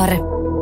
Junior.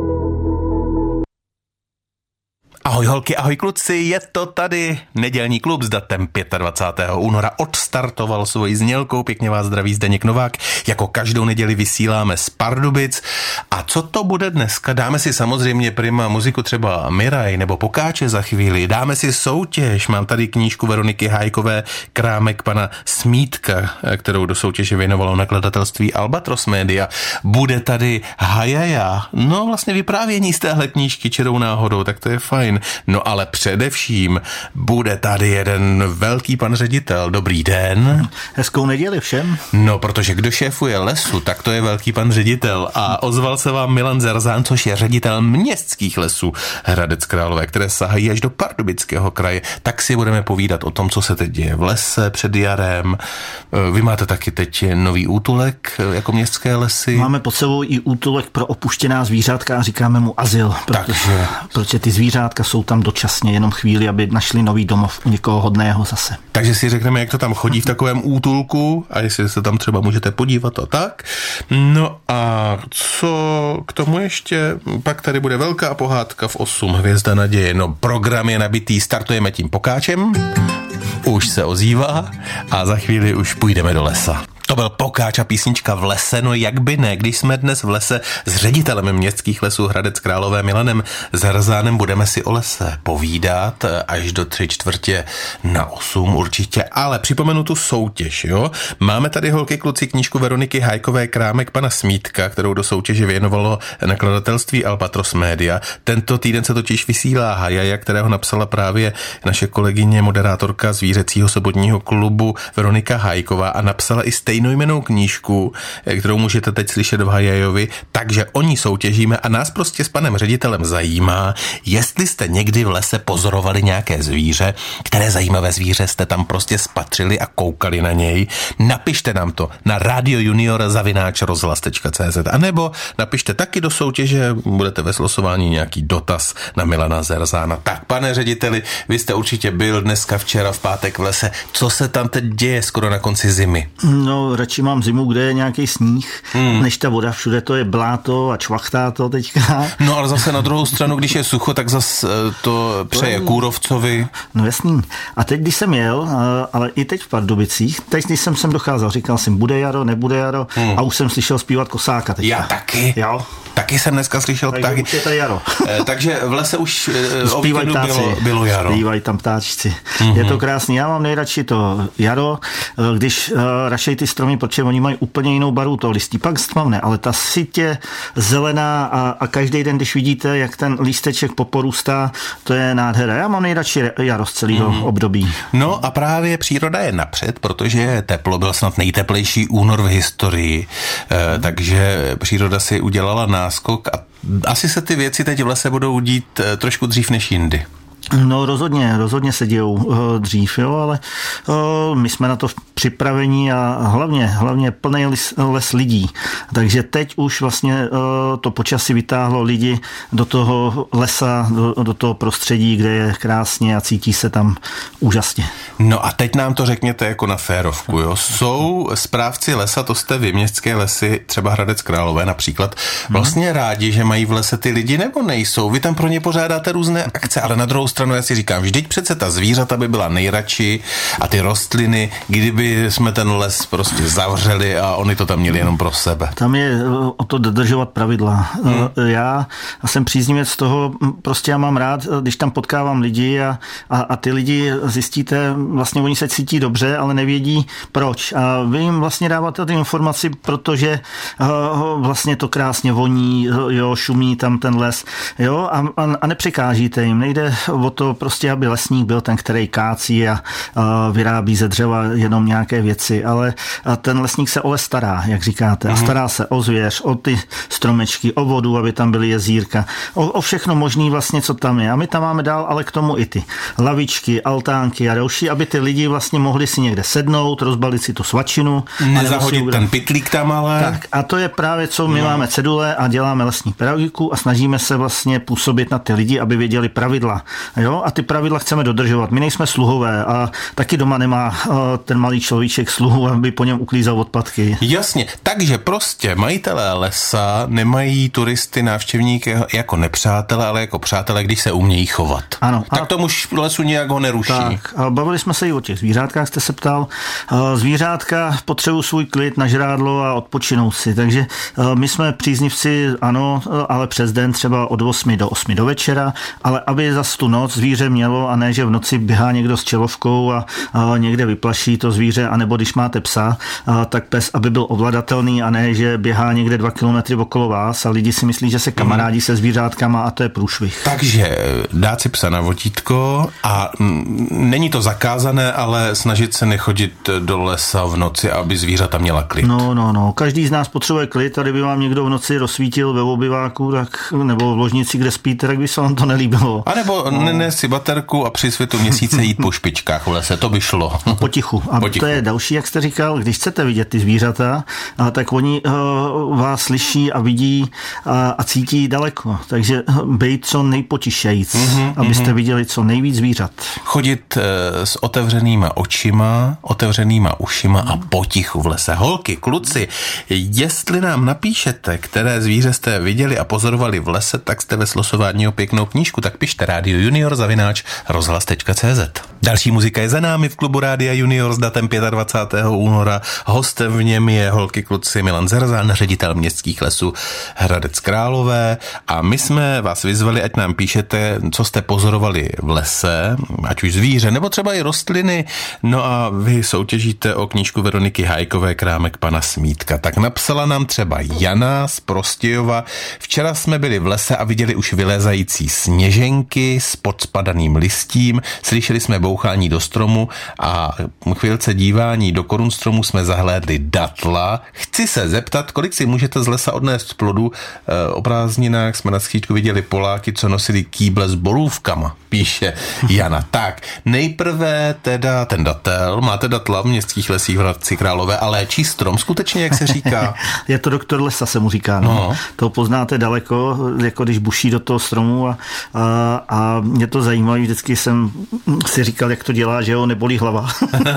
Ahoj holky, ahoj kluci, je to tady Nedělní klub s datem 25. února odstartoval svoji znělkou, pěkně vás zdraví Zdeněk Novák, jako každou neděli vysíláme z Pardubic. A co to bude dneska? Dáme si samozřejmě prima muziku třeba Miraj nebo Pokáče za chvíli, dáme si soutěž, mám tady knížku Veroniky Hájkové Krámek pana Smítka, kterou do soutěže věnovalo nakladatelství Albatros Media. Bude tady Hajaja, no vlastně vyprávění z téhle knížky čirou náhodou, tak to je fajn. No ale především bude tady jeden velký pan ředitel. Dobrý den. Hezkou neděli všem. No, protože kdo šéfuje lesu, tak to je velký pan ředitel. A ozval se vám Milan Zerzán, což je ředitel městských lesů Hradec Králové, které sahají až do Pardubického kraje. Tak si budeme povídat o tom, co se teď děje v lese před jarem. Vy máte taky teď nový útulek jako městské lesy. Máme pod sebou i útulek pro opuštěná zvířátka a říkáme mu azyl. Protože ty zvířátka jsou tam dočasně jenom chvíli, aby našli nový domov u někoho hodného zase. Takže si řekneme, jak to tam chodí v takovém útulku a jestli se tam třeba můžete podívat a tak. No a co k tomu ještě? Pak tady bude velká pohádka v 8, Hvězda naděje. No, program je nabitý, startujeme tím Pokáčem. Už se ozývá a za chvíli už půjdeme do lesa. To byl Pokáč a písnička V lese, no jak by ne, když jsme dnes v lese s ředitelem městských lesů Hradec Králové Milanem Zerzánem, budeme si o lese povídat až do 7:45 určitě, ale připomenu tu soutěž, jo. Máme tady holky kluci knížku Veroniky Hájkové Krámek pana Smítka, kterou do soutěže věnovalo nakladatelství Albatros Media. Tento týden se totiž vysílá Hajaja, kterého napsala právě naše kolegyně moderátorka zvířecího sobotního klubu Veronika Hájková a napsala i stejnojmennou knížku, kterou můžete teď slyšet v Hajajovi, takže o ní soutěžíme a nás prostě s panem ředitelem zajímá, jestli jste někdy v lese pozorovali nějaké zvíře, které zajímavé zvíře jste tam prostě spatřili a koukali na něj. Napište nám to na radiojunior@rozhlas.cz a nebo napište taky do soutěže, budete ve slosování nějaký dotaz na Milana Zerzána. Tak, pane řediteli, vy jste určitě byl dneska, včera, v pátek v lese. Co se tam teď děje skoro na konci zimy? No, radši mám zimu, kde je nějaký sníh, než ta voda, všude to je bláto a čvachtá to teďka. No, ale zase na druhou stranu, když je sucho, tak zase to přeje kůrovcovi. No jasný. A teď, když jsem jel, ale i teď v Pardubicích, teď, když jsem sem docházel, říkal jsem, bude jaro, nebude jaro a už jsem slyšel zpívat kosáka teďka. Já taky. Jo. Taky jsem dneska slyšel ptáky. Takže už je tady jaro. Takže v lese už zpívají ptáci, bylo jaro. Zpívají tam ptáčci. Je to krásný. Já mám nejradši to jaro, když rašejí ty stromy, protože oni mají úplně jinou barvu toho listí. Pak stmavne, ale ta sytě zelená a každý den, když vidíte, jak ten lísteček poporůstá, to je nádhera. Já mám nejradši jaro z celého období. No a právě příroda je napřed, protože teplo, byl snad nejteplejší únor v historii, takže příroda si udělala náskok a asi se ty věci teď v lese budou dít trošku dřív než jindy. No rozhodně se dějou dřív, jo, ale my jsme na to připraveni a hlavně plný les lidí. Takže teď už vlastně to počasí vytáhlo lidi do toho lesa, do toho prostředí, kde je krásně a cítí se tam úžasně. No a teď nám to řekněte jako na férovku, jo. Jsou správci lesa, to jste vy, městské lesy, třeba Hradec Králové například, vlastně rádi, že mají v lese ty lidi, nebo nejsou? Vy tam pro ně pořádáte různé akce, ale na druhou stranu já si říkám, vždyť přece ta zvířata by byla nejradši a ty rostliny, kdyby jsme ten les prostě zavřeli a oni to tam měli jenom pro sebe. Tam je o to dodržovat pravidla. Já jsem příznivec toho, prostě já mám rád, když tam potkávám lidi a ty lidi zjistíte, vlastně oni se cítí dobře, ale nevědí proč. A vy jim vlastně dáváte ty informaci, protože vlastně to krásně voní, jo, šumí tam ten les, jo, a nepřekážíte jim. Nejde o to prostě, aby lesník byl ten, který kácí a vyrábí ze dřeva jenom nějaké věci, ale ten lesník se o les stará, jak říkáte, a stará se o zvěř, o ty stromečky, o vodu, aby tam byly jezírka, o všechno možný vlastně, co tam je. A my tam máme dál, ale k tomu i ty lavičky, altánky a další, aby ty lidi vlastně mohli si někde sednout, rozbalit si tu svačinu. Nezahodit ten pytlík tam, ale... Tak, a to je právě, co my máme cedule a děláme lesní pedagogiku a snažíme se vlastně působit na ty lidi, aby věděli pravidla Jo? A ty pravidla chceme dodržovat. My nejsme sluhové a taky doma nemá ten malý človíček sluhu, aby po něm uklízal odpadky. Jasně, takže prostě majitelé lesa nemají turisty, návštěvníky jako nepřátele, ale jako přátelé, když se umějí chovat. Ano. Tak tomu lesu nějak ho neruší. Tak, a bavili jsme se i o těch zvířátkách, jste se ptal. Zvířátka potřebují svůj klid na žrádlo a odpočinout si, takže my jsme příznivci, ano, ale přes den třeba od 8 do 8 do večera, ale aby zas tu noc zvíře mělo a ne, že v noci běhá někdo s čelovkou a někde vyplaší to zvíře, anebo když máte psa, tak pes, aby byl ovladatelný a ne, že běhá někde 2 kilometry okolo vás a lidi si myslí, že se kamarádí se zvířátkama a to je průšvih. Takže dát si psa na vodítko a není to zakázané, ale snažit se nechodit do lesa v noci, aby zvířata měla klid. No. Každý z nás potřebuje klid a kdyby vám někdo v noci rozsvítil ve obyváku, tak, nebo v ložnici, kde spíte, tak by se vám to nelíbilo. A nebo nes si baterku a při světu měsíce jít po špičkách v lese, to by šlo. Potichu. A to je další, jak jste říkal, když chcete vidět ty zvířata, tak oni vás slyší a vidí a cítí daleko. Takže bejt co nejpotišejíc, abyste viděli co nejvíc zvířat. Chodit s otevřenýma očima, otevřenýma ušima a potichu v lese. Holky, kluci, jestli nám napíšete, které zvíře jste viděli a pozorovali v lese, tak jste ve slosování o pěknou knížku, tak pište Radio Junior @rozhlas.cz. Další muzika je za námi v klubu Rádia Junior s datem 25. února. Hostem v něm je, holky, kluci, Milan Zerzan, ředitel městských lesů Hradec Králové, a my jsme vás vyzvali, ať nám píšete, co jste pozorovali v lese, ať už zvíře, nebo třeba i rostliny. No a vy soutěžíte o knížku Veroniky Hájkové Krámek pana Smítka. Tak napsala nám třeba Jana z Prostějova. Včera jsme byli v lese a viděli už vylézající sněženky s podspadaným listím, slyšeli jsme bouchání do stromu a chvílce dívání do korun stromu jsme zahlédli datla. Chci se zeptat, kolik si můžete z lesa odnést plodu. O prázdninách jsme na Skřídku viděli Poláky, co nosili kýble s borůvkama, píše Jana. Tak, nejprve teda ten datel. Máte datla v městských lesích v Hradci Králové a léčí strom skutečně, jak se říká? Je to doktor lesa, se mu říká. No. To poznáte daleko, jako když buší do toho stromu a mě to zajímavé. Vždycky jsem si říkal, jak to dělá, že ho nebolí hlava.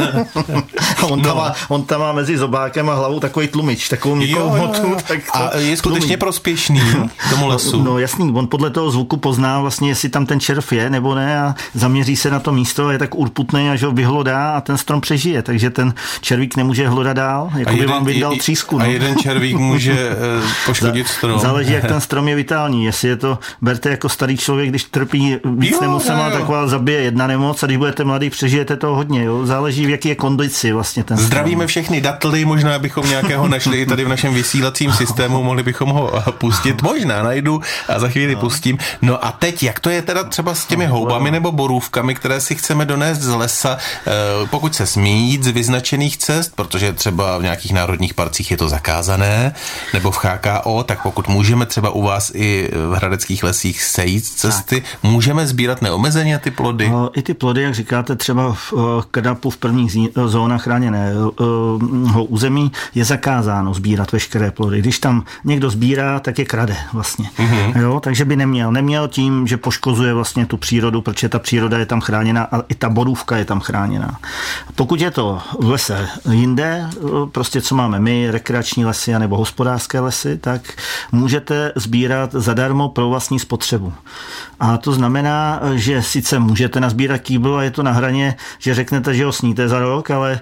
On tam má mezi zobákem a hlavou takový tlumič, takovou měkkou hmotu. A je skutečně prospěšný tomu lesu. No jasný, on podle toho zvuku pozná vlastně, jestli tam ten červ je nebo ne a zaměří se na to místo a je tak urputný, až ho vyhlodá a ten strom přežije, takže ten červík nemůže hlodat dál, jako by vám vydal třísku. A jeden červík může poškodit strom. Záleží, jak ten strom je vitální. Jestli je to, berte jako starý člověk, když trpí víc nemocema, tak vás zabije jedna nemoc a když budete mladý, přežijete to hodně. Jo? Záleží, v jaký je kondici vlastně ten strom. Zdravíme všechny datly, možná bychom nějakého našli tady v našem vysílacím systému, mohli bychom ho pustit. Možná najdu a za chvíli pustím. No a teď, jak to je teda třeba s těmi houbami nebo borůvkami, které si chceme donést z lesa, pokud se smí jít z vyznačených cest, protože třeba v nějakých národních parcích je to zakázané, nebo v HKO, tak pokud můžeme třeba u vás i v hradeckých lesích sejít z cesty, můžeme sbírat neomezeně ty plody? I ty plody, jak říkáte, třeba v KDAPu v prvních zónách chráněného území je zakázáno sbírat veškeré plody. Když tam někdo sbírá, tak je krade vlastně. Jo, takže by neměl tím, že poškozuje vlastně tu přírodu, protože ta příroda je tam chráněná a i ta borůvka je tam chráněná. Pokud je to v lese jinde, prostě co máme my, rekreační lesy nebo hospodářské lesy, tak můžete sbírat zadarmo pro vlastní spotřebu. A to znamená, že sice můžete nazbírat kýbl a je to na hraně, že řeknete, že ho sníte za rok, ale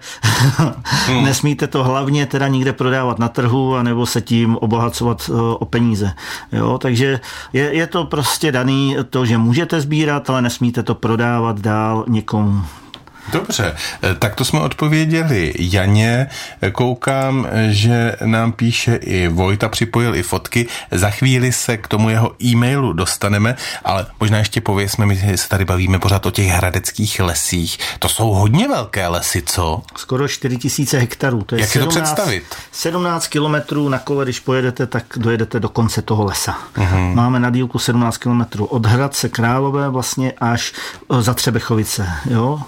nesmíte to hlavně teda nikde prodávat na trhu anebo se tím obohacovat o peníze. Jo, takže je to prostě daný to, že můžete sbírat, ale nesmíte to prodávat dál někomu. Dobře, tak to jsme odpověděli Janě. Koukám, že nám píše i Vojta, připojil i fotky. Za chvíli se k tomu jeho e-mailu dostaneme, ale možná ještě pověsme, my se tady bavíme pořád o těch hradeckých lesích. To jsou hodně velké lesy, co? Skoro 4000 hektarů. To je jak si to představit? 17 kilometrů na kole, když pojedete, tak dojedete do konce toho lesa. Máme na dílku 17 kilometrů od Hradce Králové vlastně až za Třebechovice. Jo? Tak si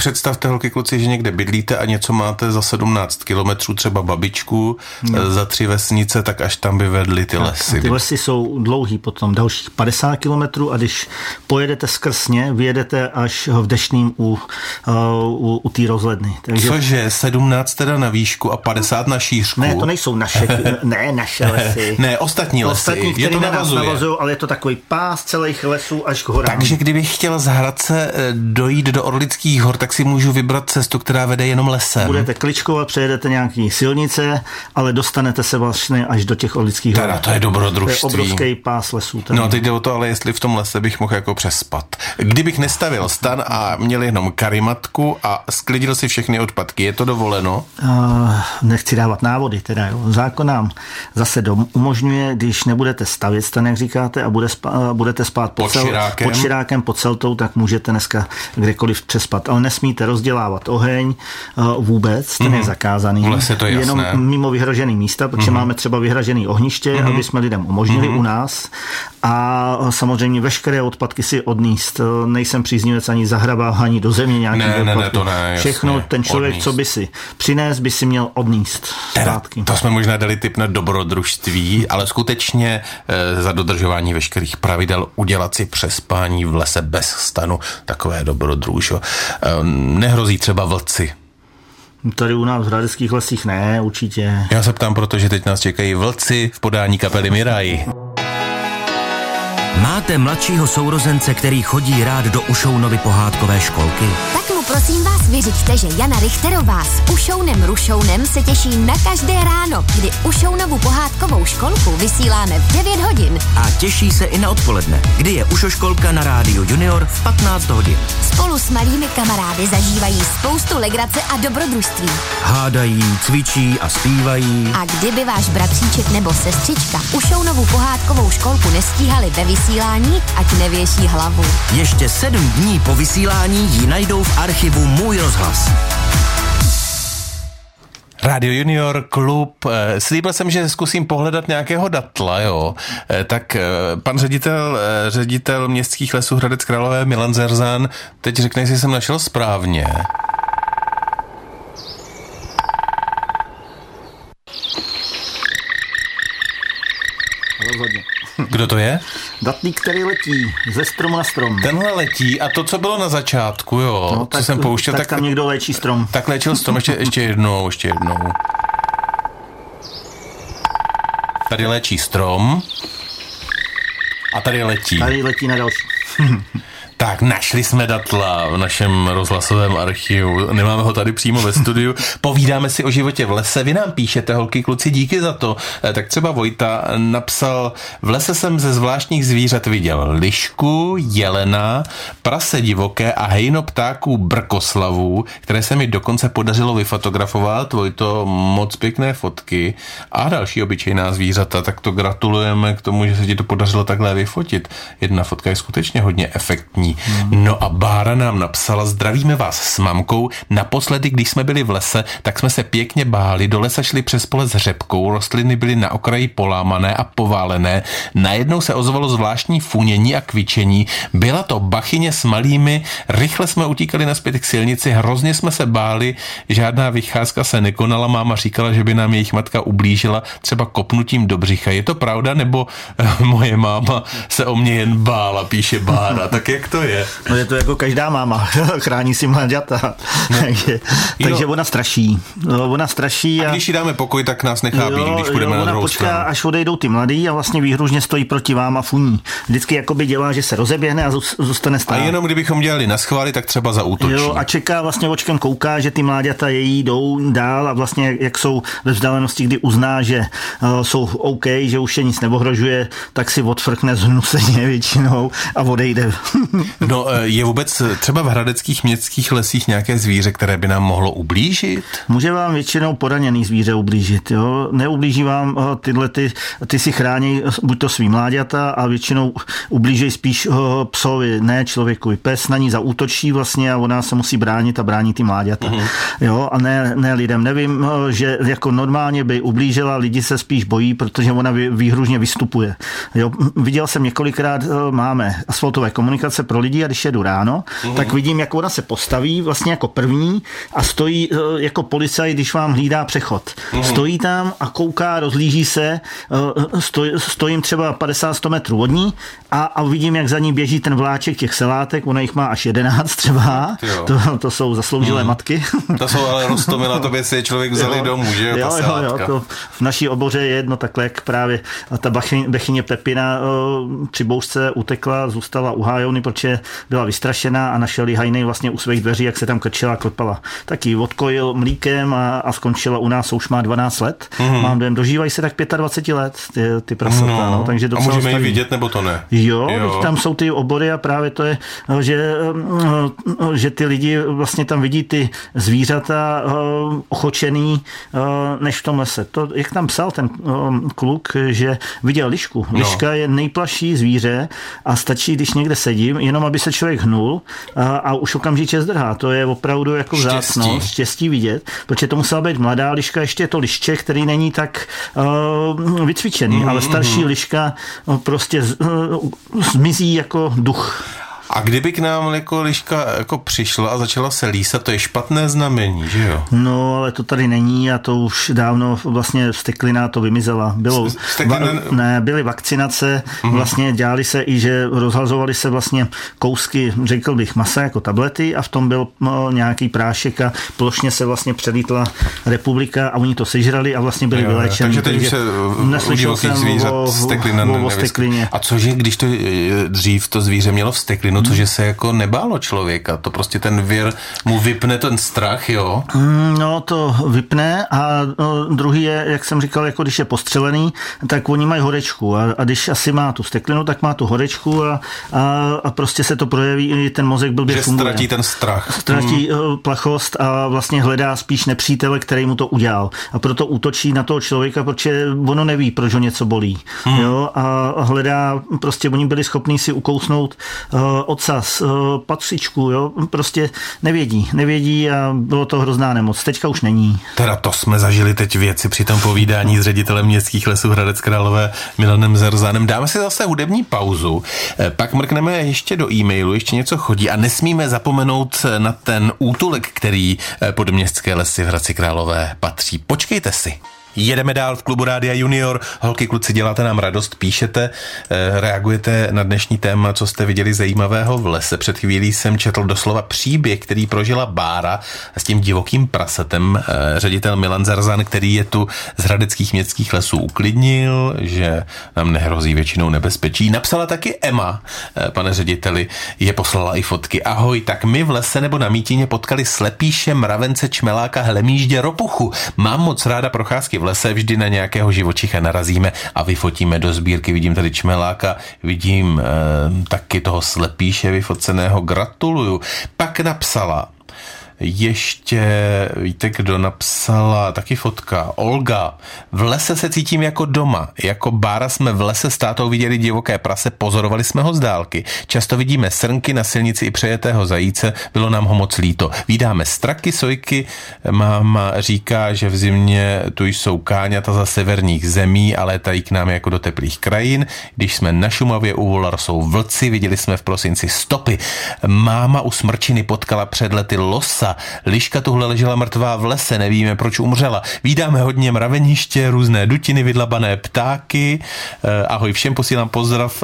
představte, holky, kluci, že někde bydlíte a něco máte za 17 kilometrů, třeba babičku, za 3 vesnice, tak až tam by vedly ty lesy. Ty lesy jsou dlouhý potom dalších 50 kilometrů a když pojedete skrz ně, vyjedete až v Deštným u té rozhledny. Takže... Cože, 17 teda na výšku a 50 na šířku? Ne, to nejsou naše lesy. Ne, ostatní lesy. Ostatní, které na nás navazují, ale je to takový pás celých lesů až k horám. Takže kdybych chtěl z Hradce dojít do Orlických hor, tak si můžu vybrat cestu, která vede jenom lesem. Budete kličkovat, přejedete nějaký silnice, ale dostanete se vlastně až do těch Orlických hor. Teda to je dobrodružství. To je obrovský pás lesů. Tady. No teď jde o to, ale jestli v tom lese bych mohl jako přespat. Kdybych nestavil stan a měl jenom karimatku a sklidil si všechny odpadky, je to dovoleno? Nechci dávat návody, teda jo. Zákon nám zase umožňuje, když nebudete stavět stan, jak říkáte, a budete spát pod širákem, pod celtou, tak můžete dneska kdekoliv přespat. Ale nesmíte rozdělávat oheň vůbec, ten je zakázaný. V lese to je jenom jasné. Mimo vyhražený místa, protože máme třeba vyhražený ohniště, aby jsme lidem umožnili u nás. A samozřejmě veškeré odpadky si odníst. Nejsem příznivec ani zahrabávání do země nějakých odpadků. Všechno ten člověk, odníst. Co by si přinést, by si měl odníst zpátky. To jsme možná dali tip na dobrodružství, ale skutečně za dodržování veškerých pravidel udělat si přespání v lese bez stanu, takové dobrodružo. Nehrozí třeba vlci? Tady u nás v hradeckých lesích ne, určitě. Já se ptám, protože teď nás čekají vlci v podání kapely Miraj. Máte mladšího sourozence, který chodí rád do Ušounovy pohádkové školky? Tak mu prosím vás vyřiďte, že Jana Richterová s Ušounem Rušounem se těší na každé ráno, kdy Ušounovu pohádkovou školku vysíláme v 9 hodin. A těší se i na odpoledne, kdy je Ušoškolka na rádiu Junior v 15 hodin. Spolu s malými kamarády zažívají spoustu legrace a dobrodružství. Hádají, cvičí a zpívají. A kdyby váš bratříček nebo sestřička Ušounovu pohádkovou školku nestíhali ve vysílání, ať nevěší hlavu. Ještě 7 dní po vysílání ji najdou v archivu Můj rozhlas. Radio Junior klub. Slíbil jsem, že zkusím pohledat nějakého datla, jo. Tak pan ředitel městských lesů Hradec Králové Milan Zerzan teď řekne, jestli jsem našel správně. Rozhodně. Kdo to je? Datlík, který letí ze stromu na strom. Tenhle letí a to, co bylo na začátku, jo, no, co jsem pouštěl, tak tam někdo léčí strom. Tak léčil strom, ještě jednou. Tady léčí strom a tady letí. Tady letí na další. Tak, našli jsme datla v našem rozhlasovém archivu. Nemáme ho tady přímo ve studiu. Povídáme si o životě v lese. Vy nám píšete, holky, kluci, díky za to. Tak třeba Vojta napsal: v lese jsem ze zvláštních zvířat viděl lišku, jelena, prase divoké a hejno ptáků brkoslavů, které se mi dokonce podařilo vyfotografovat. Vojto, moc pěkné fotky a další obyčejná zvířata. Tak to gratulujeme k tomu, že se ti to podařilo takhle vyfotit. Jedna fotka je skutečně hodně efektní. No a Bára nám napsala: zdravíme vás s mamkou. Naposledy, když jsme byli v lese, tak jsme se pěkně báli. Do lesa šli přes pole s řepkou, rostliny byly na okraji polámané a poválené. Najednou se ozvalo zvláštní funění a kvičení. Byla to bachyně s malými, rychle jsme utíkali nazpět k silnici, hrozně jsme se báli, žádná vycházka se nekonala. Máma říkala, že by nám jejich matka ublížila třeba kopnutím do břicha. Je to pravda, nebo moje máma se o mě jen bála, píše Bára. Tak jak to je? No je to jako každá máma, chrání si mláďata. No. Takže ona straší. A když jí dáme pokoj, tak nás nechá být, když půjdeme na druhou stranu. Počká, až odejdou ty mladý a vlastně výhružně stojí proti vám a funí. Vždycky jakoby dělá, že se rozeběhne a zůstane stát. A jenom kdybychom dělali na schvály, tak třeba zaútočí. Jo, a čeká, vlastně očkem kouká, že ty mláďata její jdou dál a vlastně jak jsou ve vzdálenosti, kdy uzná, že jsou OK, že už je nic neohrožuje, tak si odfrkne zhnuseně většinou a odejde. No, je vůbec třeba v hradeckých městských lesích nějaké zvíře, které by nám mohlo ublížit? Může vám většinou poraněný zvíře ublížit, jo. Neublíží vám tyhle, ty si chrání buď to svý mláďata a většinou ublíží spíš psovi, ne člověku. Pes na ní zaútočí vlastně a ona se musí bránit a brání ty mláďata. Jo, a ne lidem. Nevím, že jako normálně by ublížila, lidi se spíš bojí, protože ona výhružně vystupuje. Jo, viděl jsem několikrát, máme asfaltové komunikace, pro lidi a když jedu ráno, tak vidím, jak ona se postaví vlastně jako první a stojí jako policajt, když vám hlídá přechod. Stojí tam a kouká, rozlíží se, stojím třeba 50-100 metrů od ní a vidím, jak za ní běží ten vláček těch selátek, ona jich má až 11 třeba, to jsou zasloužilé matky. To jsou ale roztomila, to by si člověk vzali domů, že jo, ta selátka. To v naší oboře je jedno takhle, jak právě ta bechyně Pepina při bouřce utekla, zůstala u hájovny, protože byla vystrašená a našel jí hajnej vlastně u svých dveří, jak se tam krčila, klepala. Taky odkojil mlíkem a skončila u nás, už má 12 let. Mám dojem, dožívají se tak 25 let ty prasata, no, takže docela. A můžeme ji vidět, nebo to ne? Jo, tam jsou ty obory a právě to je, že ty lidi vlastně tam vidí ty zvířata ochočený než v tom lese. To, jak tam psal ten kluk, že viděl lišku. Liška je nejplašší zvíře a stačí, když někde sedím, jenom aby se člověk hnul a už okamžitě zdrhá. To je opravdu jako vzácnost, štěstí vidět, protože to musela být mladá liška, ještě je to lišče, který není tak vycvičený, ale starší liška prostě zmizí jako duch. A kdyby k nám jako liška jako přišla a začala se lísat, to je špatné znamení, že jo? No, ale to tady není a to už dávno vlastně vsteklina to vymizela. Byly vakcinace, vlastně dělali se i, že rozhazovaly se vlastně kousky, řekl bych, masa jako tablety a v tom byl nějaký prášek a plošně se vlastně přelítla republika a oni to sežrali a vlastně byli vyléčeni. Takže teď už se u divokých zvířat steklina nevyskytne. A cože, když to dřív to zvíře mělo vsteklinu, cože se jako nebálo člověka, to prostě ten vir mu vypne ten strach, jo? No to vypne a druhý je, jak jsem říkal, jako když je postřelený, tak oni mají horečku a když asi má tu steklinu, tak má tu horečku a prostě se to projeví, i ten mozek blbě funguje. Že ztratí ten strach. Ztratí plachost a vlastně hledá spíš nepřítele, který mu to udělal. A proto útočí na toho člověka, protože ono neví, proč ho něco bolí. Jo? A hledá, prostě oni byli schopní si ukousnout ocas, patřičku, jo, prostě nevědí a bylo to hrozná nemoc. Teďka už není. Teda to jsme zažili teď věci při tom povídání s ředitelem městských lesů Hradec Králové Milanem Zarzanem. Dáme si zase hudební pauzu, pak mrkneme ještě do e-mailu, ještě něco chodí a nesmíme zapomenout na ten útulek, který pod městské lesy v Hradci Králové patří. Počkejte si. Jedeme dál v klubu Rádia Junior. Holky, kluci, děláte nám radost, píšete, reagujete na dnešní téma, co jste viděli zajímavého v lese. Před chvílí jsem četl doslova příběh, který prožila Bára s tím divokým prasetem. Ředitel Milan Zarzan, který je tu z hradeckých městských lesů, uklidnil, že nám nehrozí většinou nebezpečí. Napsala taky Emma, pane řediteli, je poslala i fotky. Ahoj, tak my v lese nebo na mítině potkali slepíše, mravence, čmeláka, hlemýždě, ropuchu. Mám moc ráda procházky v lese, vždy na nějakého živočicha narazíme a vyfotíme do sbírky. Vidím tady čmeláka, vidím taky toho slepíše vyfoceného, gratuluju. Pak napsala ještě, víte, kdo napsala, taky fotka, Olga. V lese se cítím jako doma. Jako Bára jsme v lese s tátou viděli divoké prase, pozorovali jsme ho z dálky. Často vidíme srnky na silnici i přejetého zajíce, bylo nám ho moc líto. Vídáme straky, sojky, máma říká, že v zimě tu jsou káňata za severních zemí a létají k nám jako do teplých krajin. Když jsme na Šumavě u Volar jsou vlci, viděli jsme v prosinci stopy. Máma u Smrčiny potkala před lety losa. Liška tuhle ležela mrtvá v lese, nevíme, proč umřela. Vídáme hodně mraveniště, různé dutiny, vydlabané ptáky. Ahoj všem, posílám pozdrav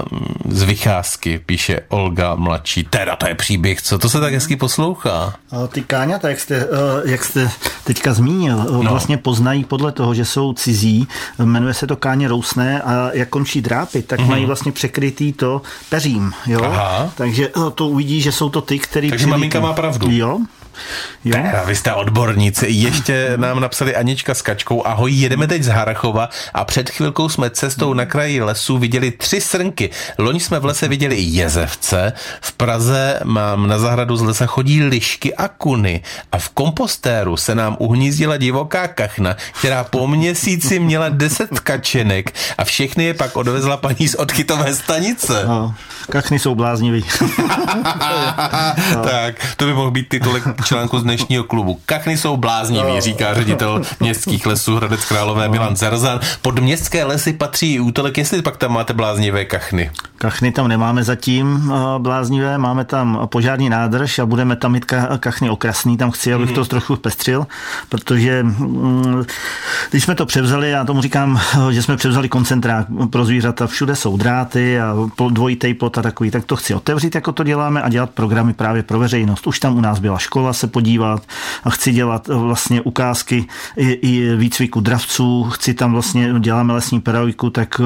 z vycházky, píše Olga mladší. Teda to je příběh, co? To se tak hezky poslouchá. Ty káňata, jak jste teďka zmínil, vlastně poznají podle toho, že jsou cizí, jmenuje se to káně rousné a jak končí drápy, tak mají vlastně překrytý to peřím. Jo? Aha. Takže to uvidí, že jsou to ty, který... Takže maminka má pravdu. Jo. Teda, vy jste odborníci. Ještě nám napsali Anička s Kačkou. Ahoj, jedeme teď z Harachova a před chvilkou jsme cestou na kraji lesu viděli 3 srnky. Loni jsme v lese viděli i jezevce. V Praze mám na zahradu z lesa chodí lišky a kuny. A v kompostéru se nám uhnízdila divoká kachna, která po měsíci měla 10 kačenek a všechny je pak odvezla paní z odchytové stanice. No, kachny jsou bláznivý. Tak, to by mohl být titulek článku z dnešního klubu. Kachny jsou blázniví, říká ředitel městských lesů Hradec Králové Milan Zarzan. Pod městské lesy patří útulek, jestli pak tam máte bláznivé kachny. Kachny tam nemáme zatím bláznivé, máme tam požární nádrž a budeme tam mít kachny okrasný, tam chci, abych to trochu zpestřil, protože když jsme to převzali, já tomu říkám, že jsme převzali koncentrák pro zvířata, všude jsou dráty a dvojitý plot a takový, tak to chci otevřít, jako to děláme, a dělat programy právě pro veřejnost. Už tam u nás byla škola se podívat a chci dělat vlastně ukázky i výcviku dravců, chci tam vlastně, děláme lesní pedagogiku, tak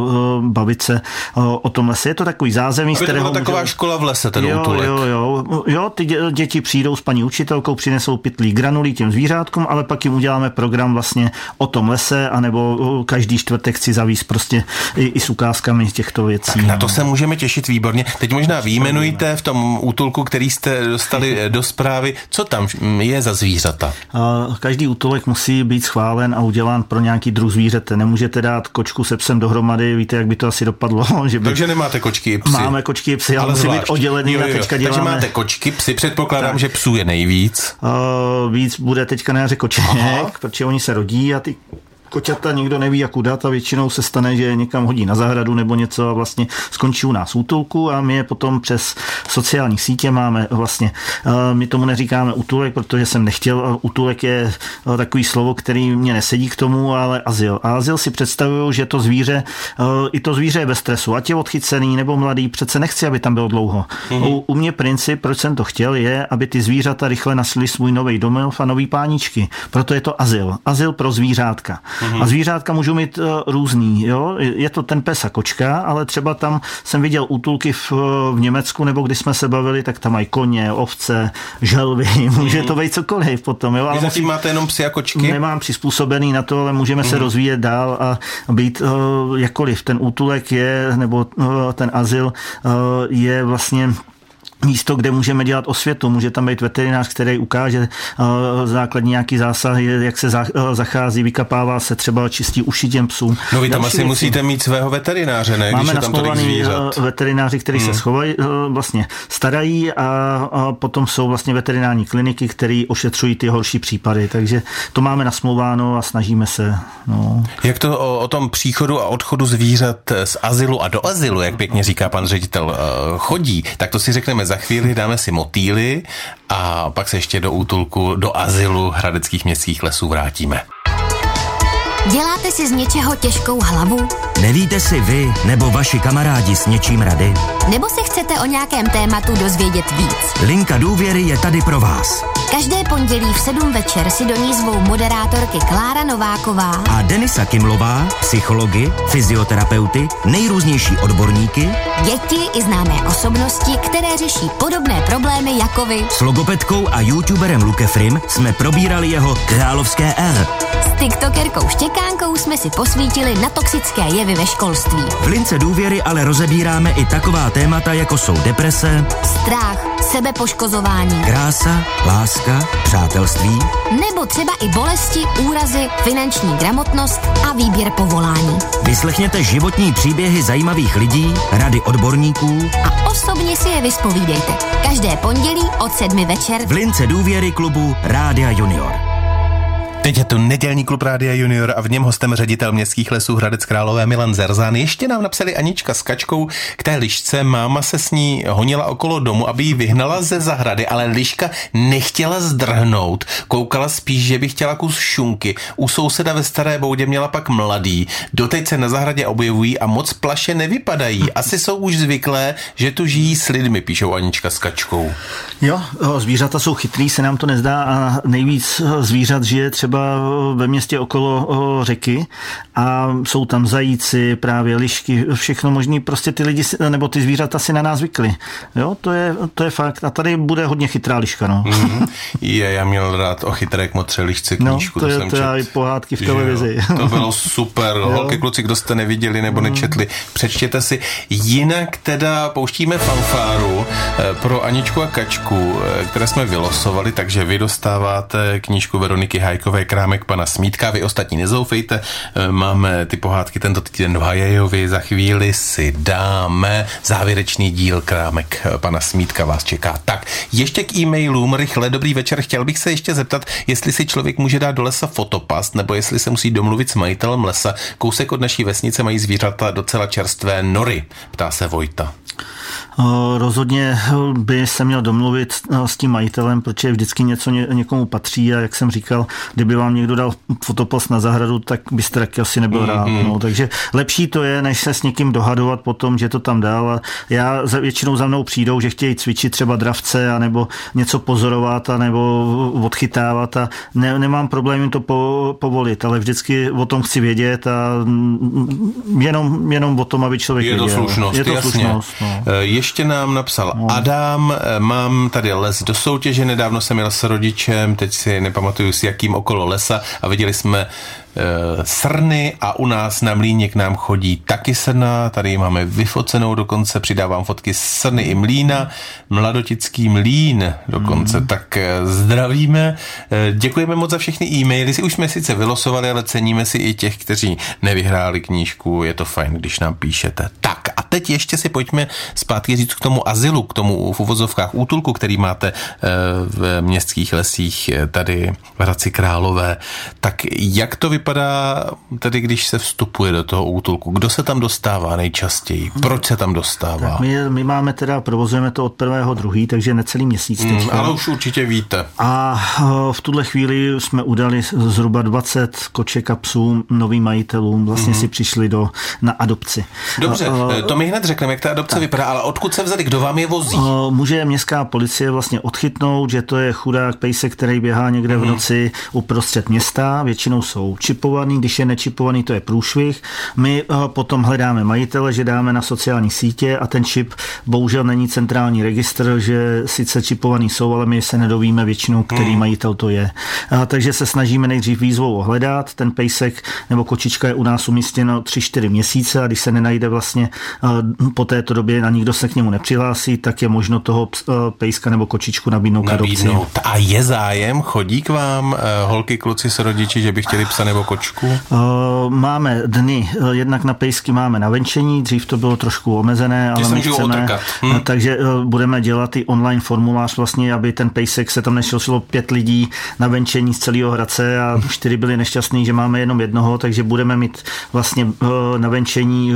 bavit se o tom lese. Je to takový zázemí, z kterého taková škola v lese, ten útulek. Jo, ty děti přijdou s paní učitelkou, přinesou pytlík granulí těm zvířátkům, ale pak jim uděláme program vlastně o tom lese, anebo každý čtvrtek chci zavíst prostě i s ukázkami těchto věcí. Tak na to se můžeme těšit výborně. Teď možná vyjmenujte v tom útulku, který jste dostali do zprávy, co tam je za zvířata. Každý útulek musí být schválen a udělán pro nějaký druh zvířete. Nemůžete dát kočku se psem dohromady, víte, jak by to asi dopadlo. Že by... Takže nemáte kočky i psy. Máme kočky i psy, ale musí být oddělený. A teďka děláme... Takže máte kočky, psy, předpokládám, že psů je nejvíc. Víc bude teďka na jaře koček, protože oni se rodí a ty koťata nikdo neví, jak udat, a většinou se stane, že někam hodí na zahradu nebo něco a vlastně skončí u nás útulku, a my je potom přes sociální sítě máme vlastně, my tomu neříkáme útulek, protože jsem nechtěl, útulek je takový slovo, který mě nesedí k tomu, ale azyl. A azyl si představuju, že to zvíře, i to zvíře je bez stresu, ať je odchycený nebo mladý, přece nechci, aby tam bylo dlouho. U mě princip, proč jsem to chtěl, je, aby ty zvířata rychle našli svůj nový domov a nový páničky. Proto je to azyl. Azyl pro zvířátka. A zvířátka můžou mít různý, jo? Je to ten pes a kočka, ale třeba tam jsem viděl útulky v Německu, nebo když jsme se bavili, tak tam mají koně, ovce, želvy, může to být cokoliv potom, jo? Vy zatím máte jenom psy a kočky? Nemám přizpůsobený na to, ale můžeme se rozvíjet dál a být jakkoliv. Ten útulek je, nebo ten azyl je vlastně místo, kde můžeme dělat osvětu. Může tam být veterinář, který ukáže základní nějaký zásah, jak se zachází, vykapává se, třeba čistí uši těm psům. No vy tam asi musíte mít svého veterináře, ne? Máme nasmluvaný veterináři, kteří se schovají, vlastně starají, a potom jsou vlastně veterinární kliniky, které ošetřují ty horší případy. Takže to máme nasmlouváno a snažíme se. No. Jak to o tom příchodu a odchodu zvířat z azylu a do azylu, jak pěkně říká pan ředitel, chodí, tak to si řekneme za chvíli, dáme si motýly a pak se ještě do útulku, do azylu hradeckých městských lesů vrátíme. Děláte si z něčeho těžkou hlavu? Nevíte si vy nebo vaši kamarádi s něčím rady? Nebo se chcete o nějakém tématu dozvědět víc? Linka důvěry je tady pro vás. Každé pondělí v 7 večer si do ní zvou moderátorky Klára Nováková a Denisa Kimlová, psychologi, fyzioterapeuty, nejrůznější odborníky, děti i známé osobnosti, které řeší podobné problémy jako vy. S logopedkou a youtuberem Lukefrim jsme probírali jeho královské R. S tiktokerkou Štěkánkou jsme si posvítili na toxické jevy ve školství. V Lince důvěry ale rozebíráme i taková témata, jako jsou deprese, strach, sebepoškozování, krása, láska, přátelství, nebo třeba i bolesti, úrazy, finanční gramotnost a výběr povolání. Vyslechněte životní příběhy zajímavých lidí, rady odborníků a osobně si je vyspovídejte. Každé pondělí od 7 večer v Lince důvěry klubu Rádia Junior. Teď je tu nedělní klub Rádia Junior a v něm hostem ředitel městských lesů Hradec Králové Milan Zerzán. Ještě nám napsali Anička s Kačkou k té lišce. Máma se s ní honila okolo domu, aby ji vyhnala ze zahrady, ale liška nechtěla zdrhnout. Koukala spíš, že by chtěla kus šunky. U souseda ve Staré Boudě měla pak mladý. Doteď se na zahradě objevují a moc plaše nevypadají. Asi jsou už zvyklé, že tu žijí s lidmi, píšou Anička s Kačkou. Jo, zvířata jsou chytrý, se nám to nezdá, a nejvíc zvířat žije třeba ve městě okolo řeky a jsou tam zajíci, právě lišky, všechno možný, prostě ty lidi nebo ty zvířata si na nás zvykli. Jo, to je fakt. A tady bude hodně chytrá liška, no. Já měl rád o chytré kmotře lišce knížku. No, to je pohádky v televizi. To bylo super. Holky, kluci, kdo jste neviděli nebo nečetli, přečtěte si. Jinak teda pouštíme fanfáru pro Aničku a Kačku, které jsme vylosovali, takže vy dostáváte knížku Veroniky Hajkové krámek pana Smítka, vy ostatní nezoufejte, máme ty pohádky tento týden v Hajajovi, za chvíli si dáme závěrečný díl krámek pana Smítka, vás čeká. Tak, ještě k e-mailům rychle, dobrý večer, chtěl bych se ještě zeptat, jestli si člověk může dát do lesa fotopast, nebo jestli se musí domluvit s majitelem lesa. Kousek od naší vesnice mají zvířata docela čerstvé nory, ptá se Vojta. Rozhodně by se měl domluvit s tím majitelem, protože vždycky něco někomu patří a jak jsem říkal, kdyby vám někdo dal fotopast na zahradu, tak byste taky asi nebyl rád. No. Takže lepší to je, než se s někým dohadovat potom, že to tam dál. A já většinou za mnou přijdou, že chtějí cvičit třeba dravce a nebo něco pozorovat a nebo odchytávat a nemám problém jim to povolit, ale vždycky o tom chci vědět a jenom o tom, aby člověk věděl. Je to slušnost. No. Ještě nám napsal Adam, mám tady les do soutěže, nedávno jsem jel s rodičem, teď si nepamatuju s jakým okolo lesa a viděli jsme srny a u nás na mlýně k nám chodí taky srna, tady máme vyfocenou dokonce, přidávám fotky srny i mlýna, mladotický mlýn dokonce, tak zdravíme, děkujeme moc za všechny e-maily, už jsme sice vylosovali, ale ceníme si i těch, kteří nevyhráli knížku, je to fajn, když nám píšete. Tak a teď ještě si pojďme zpátky říct k tomu azylu, k tomu v uvozovkách útulku, který máte v městských lesích tady v Hradci Králové, tak jak to vypadá tedy, když se vstupuje do toho útulku? Kdo se tam dostává nejčastěji? Proč se tam dostává? My máme teda, provozujeme to od 1.2., takže necelý měsíc teďka. Ale už určitě víte. A v tuhle chvíli jsme udali zhruba 20 koček a psů novým majitelům. Vlastně si přišli na adopci. Dobře, to mi hned řekneme, jak ta adopce vypadá, ale odkud se vzali, kdo vám je vozí? Může městská policie vlastně odchytnout, že to je chudák pejsek, který běhá někde v noci uprostřed města. Většinou jsou čipovaný, když je nečipovaný, to je průšvih. My potom hledáme majitele, že dáme na sociální sítě a ten čip bohužel není centrální registr, že sice čipovaný jsou, ale my se nedovíme většinou, který majitel to je. Takže se snažíme nejdřív výzvou hledat. Ten pejsek nebo kočička je u nás umístěno 3-4 měsíce a když se nenajde vlastně po této době a nikdo se k němu nepřihlásí, tak je možno toho pejska nebo kočičku nabídnout k adopci. A je zájem? Chodí k vám holky, kluci s rodiči, že by chtěli psa nebo kočku? Máme dny, jednak na pejsky máme na venčení, dřív to bylo trošku omezené, ale my chceme, takže budeme dělat i online formulář vlastně, aby ten pejsek se tam nešlo 5 lidí na venčení z celého Hradce a 4 byli nešťastní, že máme jenom jednoho, takže budeme mít vlastně na venčení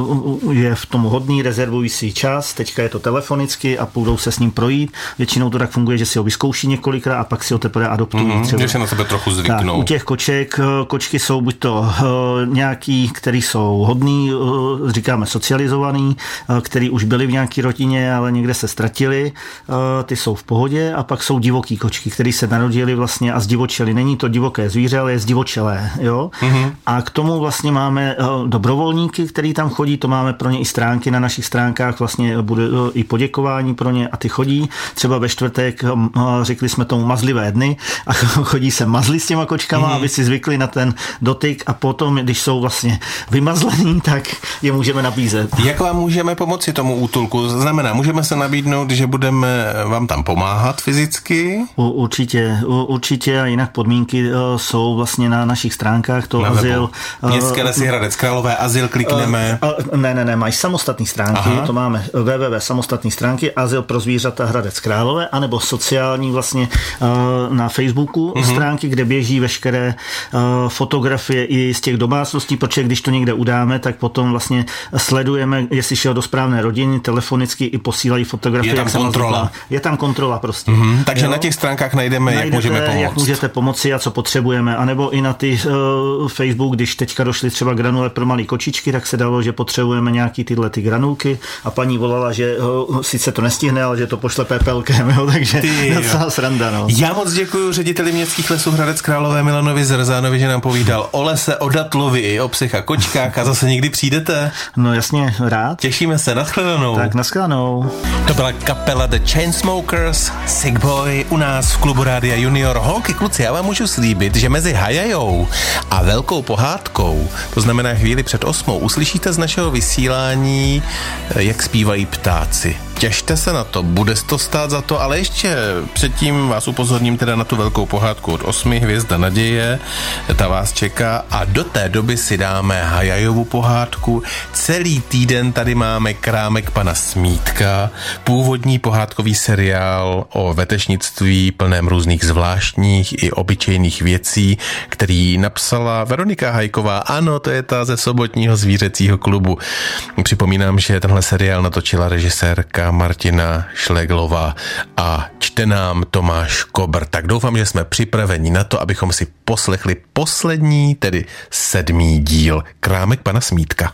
je v tom hodný, rezervují si čas, teďka je to telefonicky a půjdou se s ním projít. Většinou to tak funguje, že si ho vyzkouší několikrát a pak si ho teprve adoptují. Že se na sebe trochu zvyknou. Tak, u těch kočky jsou buď to nějaký, který jsou hodný, říkáme socializovaný, který už byli v nějaké rodině, ale někde se ztratili, ty jsou v pohodě a pak jsou divoký kočky, který se narodili vlastně a zdivočeli. Není to divoké zvíře, ale je zdivočelé. Jo? A k tomu vlastně máme dobrovolníky, který tam chodí, to máme pro ně i stránky na našich stránkách, vlastně bude i poděkování pro ně a ty chodí. Třeba ve čtvrtek řekli jsme tomu mazlivé dny a chodí se mazli s těma kočkama, aby si zvykli na ten dotyk a potom, když jsou vlastně vymazlený, tak je můžeme nabízet. Jak vám můžeme pomoci tomu útulku? Znamená, můžeme se nabídnout, že budeme vám tam pomáhat fyzicky? Určitě a jinak podmínky jsou vlastně na našich stránkách. To azyl. Městské lesy Hradec Králové, azyl klikneme. Ne, mají samostatné stránky. To máme samostatné stránky, azyl pro zvířata Hradec Králové, anebo sociální vlastně na Facebooku stránky, kde běží veškeré fotografie i z těch domácností, protože když to někde udáme, tak potom vlastně sledujeme, jestli šel do správné rodiny, telefonicky i posílají fotografie. Je tam kontrola prostě. Takže na těch stránkách najdeme, jak můžeme pomoct. Jak můžete pomoci a co potřebujeme. A nebo i na ty Facebook, když teďka došly třeba granule pro malé kočičky, tak se dalo, že potřebujeme nějaký tyhle ty granulky a paní volala, že sice to nestihne, ale že to pošle pepelkem, takže docela sranda. No. Já moc děkuji řediteli městských lesů Hradec Králové Milanovi Zrzánovi, že nám povídal o lese, o datlovi i o psech a kočkách a zase někdy přijdete. No jasně, rád. Těšíme se, nashledanou. Tak nashledanou. To byla kapela The Chainsmokers, Sick Boy u nás v klubu Rádia Junior. Holky, kluci, já vám můžu slíbit, že mezi Hajajou a velkou pohádkou, to znamená chvíli před 8, uslyšíte z našeho vysílání, jak zpívají ptáci. těšte se na to, bude to stát za to, ale ještě předtím vás upozorním teda na tu velkou pohádku od 8 Hvězda naděje, ta vás čeká a do té doby si dáme Hajajovu pohádku. Celý týden tady máme Krámek pana Smítka, původní pohádkový seriál o vetešnictví plném různých zvláštních i obyčejných věcí, který napsala Veronika Hajková. Ano, to je ta ze Sobotního zvířecího klubu. Připomínám, že tenhle seriál natočila režisérka Martina Šleglová a čte nám Tomáš Kobr. Tak doufám, že jsme připraveni na to, abychom si poslechli poslední, tedy 7. díl Krámek pana Smítka.